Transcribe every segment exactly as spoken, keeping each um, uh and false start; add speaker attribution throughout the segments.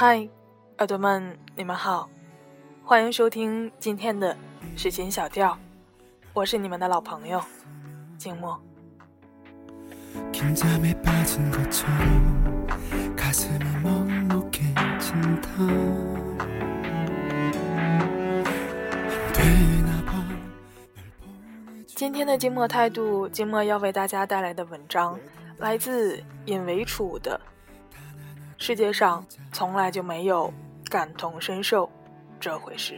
Speaker 1: 嗨，耳朵们，你们好，欢迎收听今天的时间小调，我是你们的老朋友静默。今天的静默态度，静默要为大家带来的文章来自尹维楚的世界上从来就没有感同身受这回事。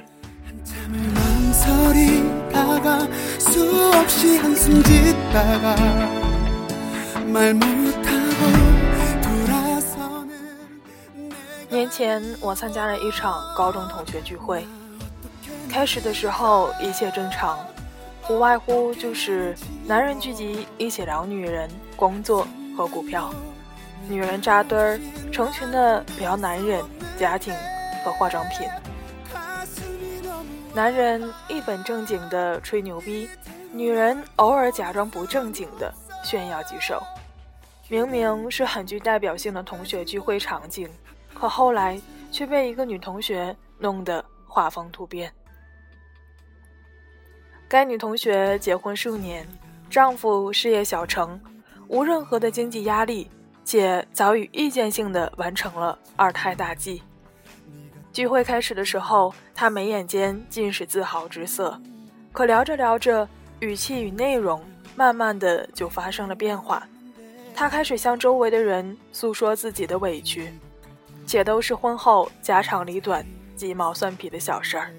Speaker 1: 年前我参加了一场高中同学聚会，开始的时候一切正常，无外乎就是男人聚集一起聊女人、工作和股票，女人扎堆儿成群的聊男人、家庭和化妆品，男人一本正经的吹牛逼，女人偶尔假装不正经的炫耀几手。明明是很具代表性的同学聚会场景，可后来却被一个女同学弄得画风突变。该女同学结婚数年，丈夫事业小成，无任何的经济压力，且早已预见性地完成了二胎大计。聚会开始的时候，她眉眼间尽是自豪之色，可聊着聊着，语气与内容慢慢的就发生了变化。她开始向周围的人诉说自己的委屈，且都是婚后家长里短、鸡毛蒜皮的小事儿。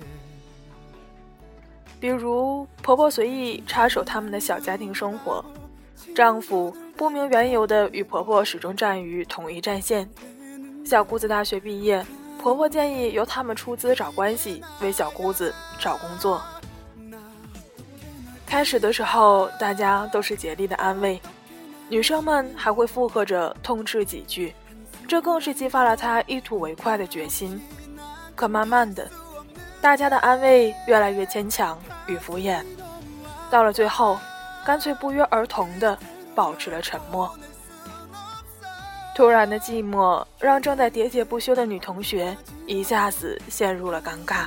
Speaker 1: 比如婆婆随意插手他们的小家庭生活，丈夫不明缘由的与婆婆始终站于同一战线，小姑子大学毕业，婆婆建议由他们出资找关系为小姑子找工作。开始的时候大家都是竭力的安慰，女生们还会附和着痛斥几句，这更是激发了她一吐为快的决心。可慢慢的，大家的安慰越来越牵强与敷衍，到了最后干脆不约而同地保持了沉默。突然的寂寞让正在喋喋不休的女同学一下子陷入了尴尬。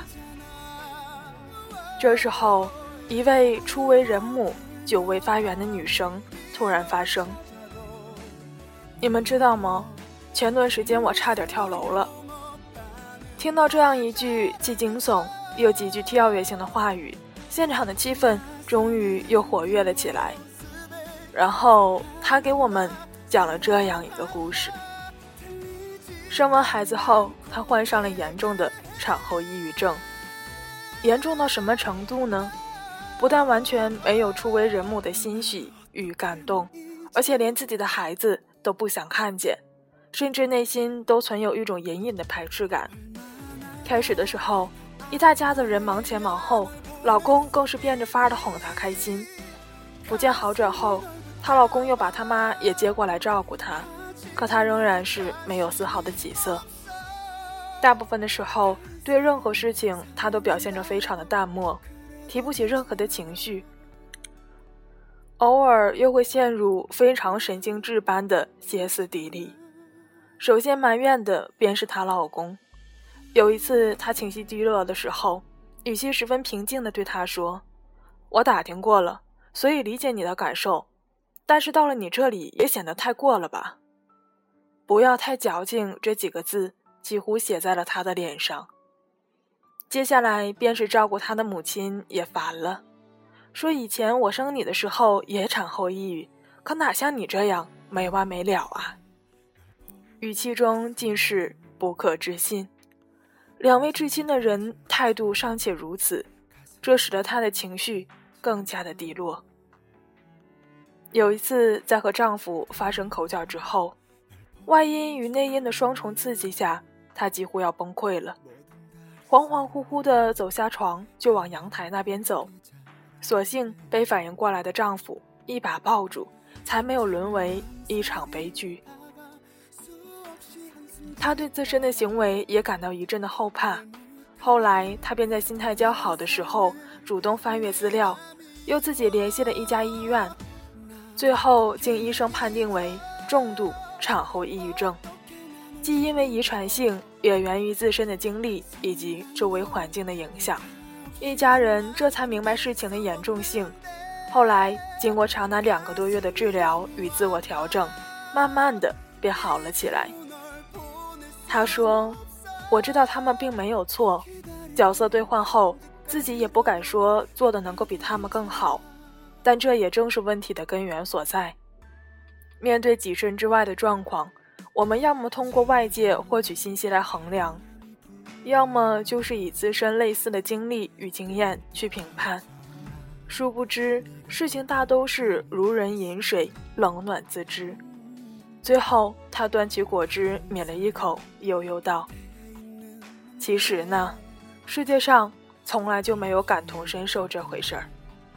Speaker 1: 这时候一位初为人母久未发源的女生突然发声：你们知道吗？前段时间我差点跳楼了。听到这样一句既惊悚又极具跳跃性的话语，现场的气氛终于又活跃了起来。然后他给我们讲了这样一个故事。生完孩子后，他患上了严重的产后抑郁症。严重到什么程度呢？不但完全没有初为人母的欣喜与感动，而且连自己的孩子都不想看见，甚至内心都存有一种隐隐的排斥感。开始的时候，一大家子人忙前忙后，老公更是变着法儿的哄她开心。不见好转后，她老公又把她妈也接过来照顾她，可她仍然是没有丝毫的起色。大部分的时候，对任何事情她都表现着非常的淡漠，提不起任何的情绪，偶尔又会陷入非常神经质般的歇斯底里。首先埋怨的便是她老公。有一次她情绪低落的时候，语气十分平静地对她说：我打听过了，所以理解你的感受，但是到了你这里也显得太过了吧。不要太矫情这几个字几乎写在了她的脸上。接下来便是照顾她的母亲也烦了，说以前我生你的时候也产后抑郁，可哪像你这样没完没了啊。语气中尽是不可置信。两位至亲的人态度尚且如此，这使得她的情绪更加的低落。有一次在和丈夫发生口角之后，外因与内因的双重刺激下，她几乎要崩溃了，恍恍惚惚地走下床就往阳台那边走，所幸被反应过来的丈夫一把抱住，才没有沦为一场悲剧。她对自身的行为也感到一阵的后怕，后来她便在心态较好的时候主动翻阅资料，又自己联系了一家医院，最后经医生判定为重度产后抑郁症，既因为遗传性也源于自身的经历以及周围环境的影响。一家人这才明白事情的严重性。后来经过长达两个多月的治疗与自我调整，慢慢的便好了起来。他说，我知道他们并没有错，角色兑换后自己也不敢说做的能够比他们更好，但这也正是问题的根源所在。面对己身之外的状况，我们要么通过外界获取信息来衡量，要么就是以自身类似的经历与经验去评判。殊不知事情大都是如人饮水，冷暖自知。最后他端起果汁抿了一口，悠悠道，其实呢，世界上从来就没有感同身受这回事儿。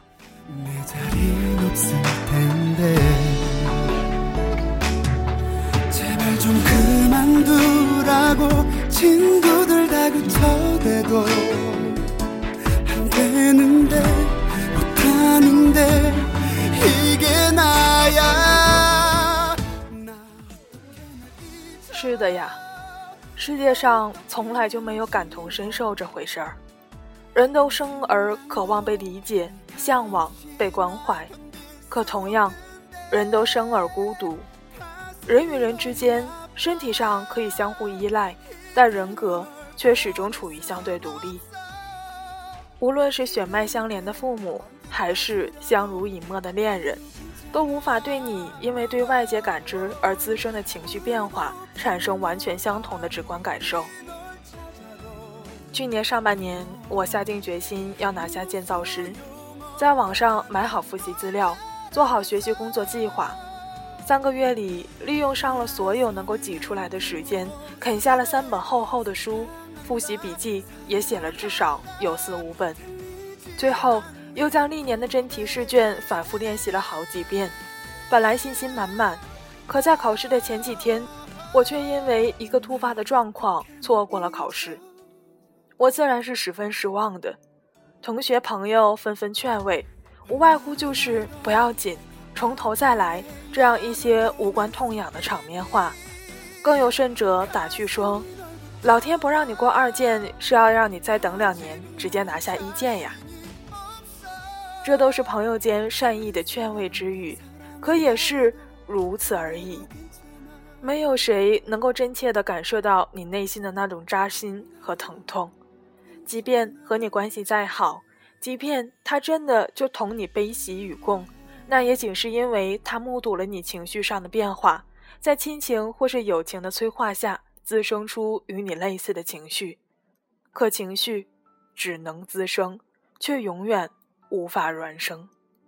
Speaker 1: 是的呀，世界上从来就没有感同身受这回事儿。人都生而渴望被理解，向往被关怀，可同样，人都生而孤独。人与人之间，身体上可以相互依赖，但人格却始终处于相对独立。无论是血脉相连的父母，还是相濡以沫的恋人，都无法对你因为对外界感知而滋生的情绪变化产生完全相同的直观感受。去年上半年，我下定决心要拿下建造师，在网上买好复习资料，做好学习工作计划。三个月里，利用上了所有能够挤出来的时间，啃下了三本厚厚的书，复习笔记也写了至少有四五本。最后又将历年的真题试卷反复练习了好几遍。本来信心满满，可在考试的前几天，我却因为一个突发的状况错过了考试。我自然是十分失望的，同学朋友纷纷劝慰，无外乎就是不要紧，从头再来，这样一些无关痛痒的场面话。更有甚者打趣说，老天不让你过二建，是要让你再等两年直接拿下一建呀。这都是朋友间善意的劝慰之语，可也是如此而已。没有谁能够真切地感受到你内心的那种扎心和疼痛。即便和你关系再好，即便他真的就同你悲喜与共，那也仅是因为他目睹了你情绪上的变化，在亲情或是友情的催化下滋生出与你类似的情绪。可情绪只能滋生，却永远无法软生。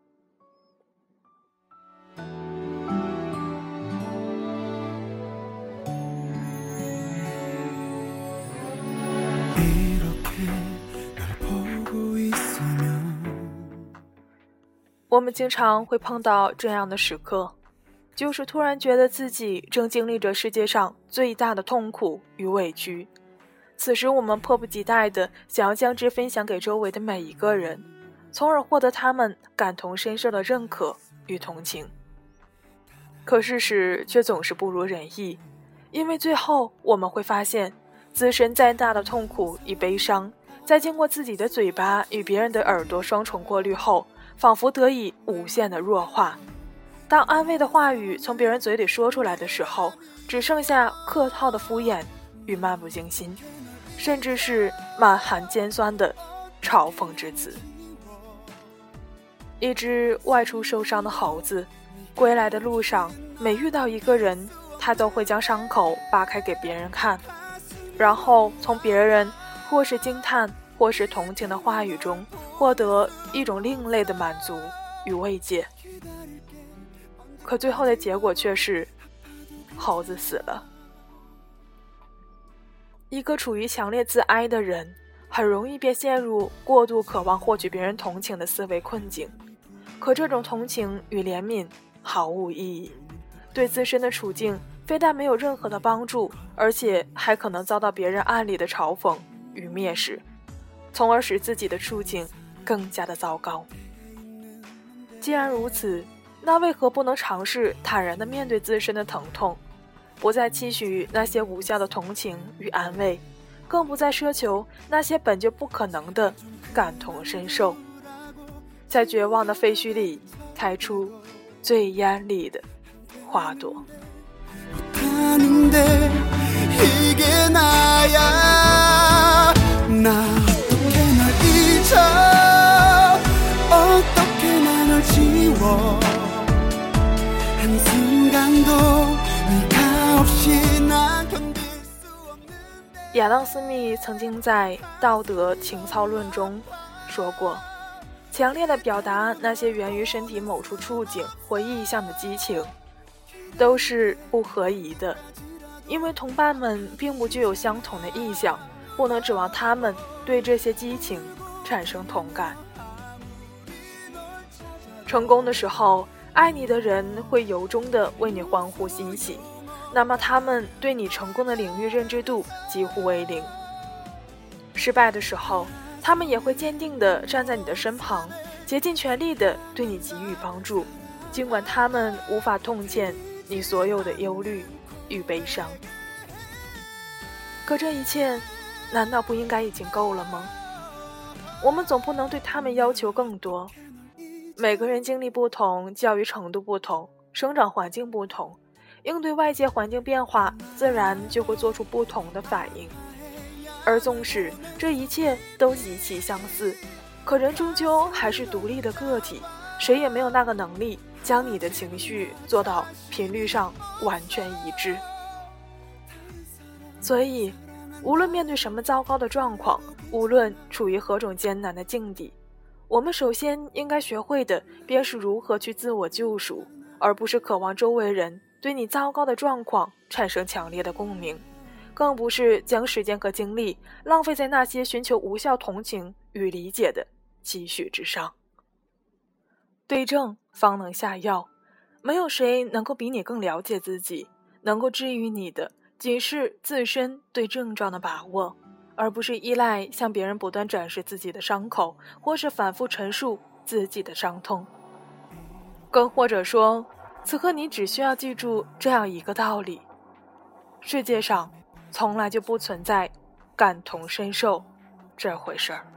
Speaker 1: 我们经常会碰到这样的时刻，就是突然觉得自己正经历着世界上最大的痛苦与委屈。此时我们迫不及待地想要将之分享给周围的每一个人，从而获得他们感同身受的认可与同情。可事实却总是不如人意，因为最后我们会发现，自身再大的痛苦与悲伤，在经过自己的嘴巴与别人的耳朵双重过滤后，仿佛得以无限的弱化。当安慰的话语从别人嘴里说出来的时候，只剩下客套的敷衍与漫不经心，甚至是满含尖酸的嘲讽之词。一只外出受伤的猴子，归来的路上，每遇到一个人，他都会将伤口扒开给别人看，然后从别人或是惊叹或是同情的话语中获得一种另类的满足与慰藉。可最后的结果却是猴子死了。一个处于强烈自哀的人，很容易便陷入过度渴望获取别人同情的思维困境。可这种同情与怜悯毫无意义，对自身的处境非但没有任何的帮助，而且还可能遭到别人暗里的嘲讽与蔑视，从而使自己的处境更加的糟糕。既然如此，那为何不能尝试坦然地面对自身的疼痛？ 不再期许那些无效的同情与安慰，更不再奢求那些本就不可能的感同身受，在绝望的废墟里开出最艳丽的花朵。亚当·斯密曾经在《道德情操论》中说过，强烈的表达那些源于身体某处处境或意象的激情都是不合宜的，因为同伴们并不具有相同的意象，不能指望他们对这些激情产生同感。成功的时候，爱你的人会由衷地为你欢呼欣喜，那么他们对你成功的领域认知度几乎为零。失败的时候，他们也会坚定地站在你的身旁，竭尽全力地对你给予帮助，尽管他们无法痛歉你所有的忧虑与悲伤。可这一切难道不应该已经够了吗？我们总不能对他们要求更多。每个人经历不同，教育程度不同，生长环境不同，应对外界环境变化，自然就会做出不同的反应。而纵使这一切都极其相似，可人终究还是独立的个体，谁也没有那个能力将你的情绪做到频率上完全一致。所以，无论面对什么糟糕的状况，无论处于何种艰难的境地，我们首先应该学会的便是如何去自我救赎，而不是渴望周围人对你糟糕的状况产生强烈的共鸣，更不是将时间和精力浪费在那些寻求无效同情与理解的期许之上。对症方能下药，没有谁能够比你更了解自己，能够治愈你的仅是自身对症状的把握，而不是依赖向别人不断展示自己的伤口，或是反复陈述自己的伤痛。更或者说，此刻你只需要记住这样一个道理：世界上从来就不存在感同身受这回事儿。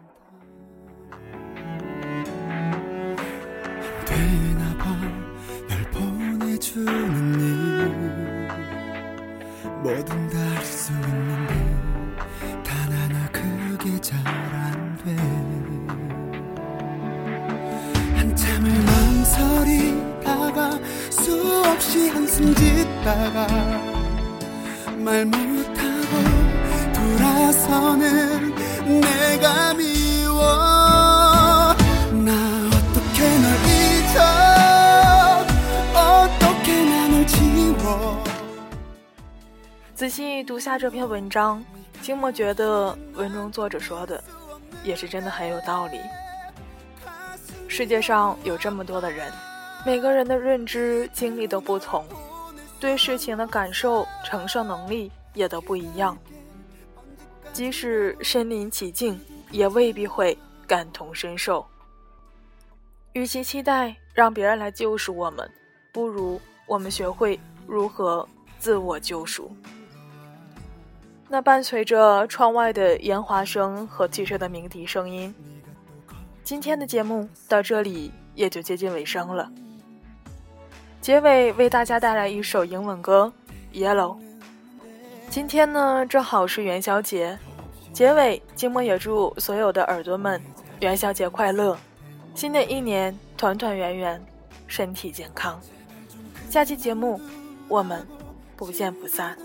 Speaker 1: 仔细读下这篇文章，清末觉得文中作者说的也是真的很有道理。世界上有这么多的人，每个人的认知经历都不同，对事情的感受承受能力也都不一样，即使身临其境也未必会感同身受。与其期待让别人来救赎我们，不如我们学会如何自我救赎。那伴随着窗外的烟花声和汽车的鸣笛声音，今天的节目到这里也就接近尾声了。结尾为大家带来一首英文歌 Yellow。 今天呢正好是元宵节，结尾静默也祝所有的耳朵们元宵节快乐，新的一年团团圆圆，身体健康。下期节目我们不见不散。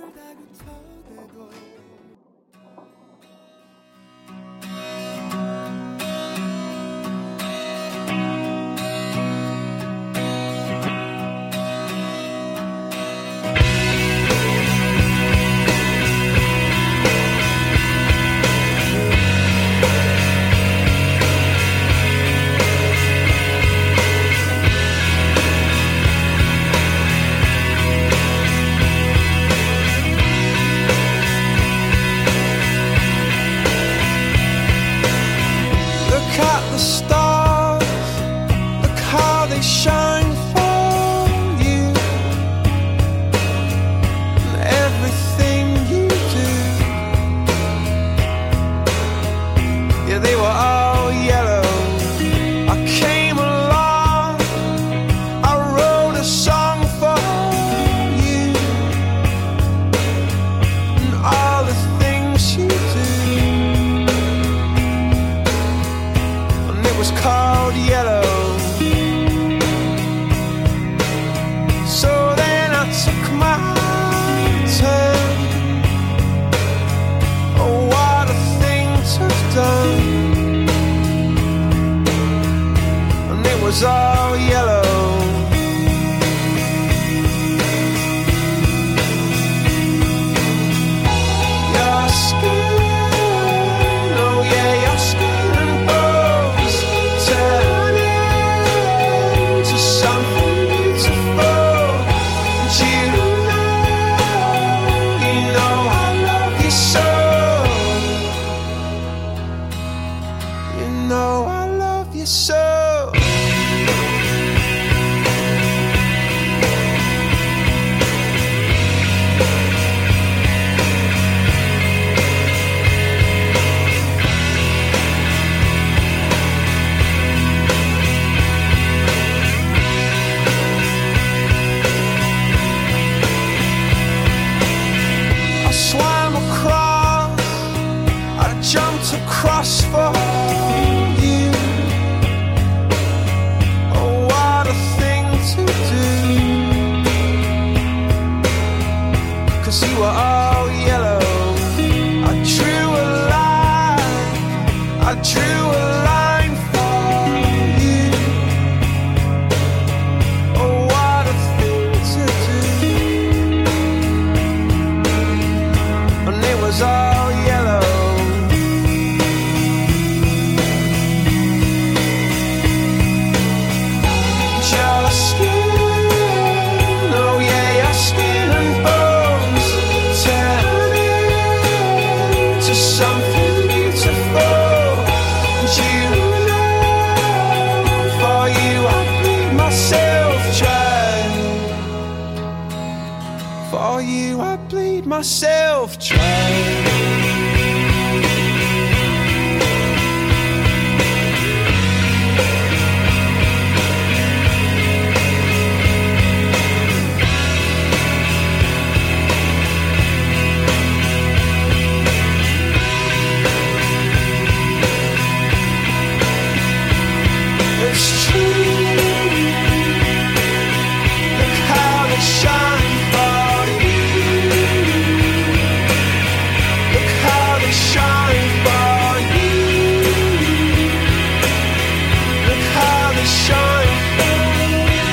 Speaker 2: was called yellow. So then I took my turn. Oh, what a thing to have done. And it was all yellow. Your skin, oh yeah, your skin and bones turning to something beautiful. And you know, you know I love you so. You know I love you so. Swam across, I jumped across for you. Oh, what a thing to do. 'Cause you were all yellow. I drew a line, I drew a line for you. Oh, what a thing to do. And it was all yellow. Your skin, oh yeah, your skin and bones turning to something beautiful. And you know, for you I bleed myself dry. For you I bleed myself dry. It's true. Look how they shine for you. Look how they shine for you. Look how they shine for you.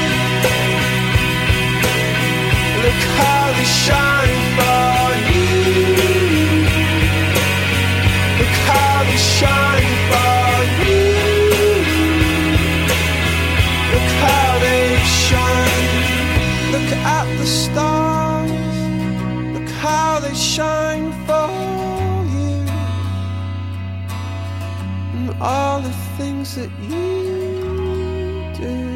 Speaker 2: Look how they shine for you. Look how they shine for you. Look how they shine. Look at the stars. Look how they shine for you. And all the things that you do.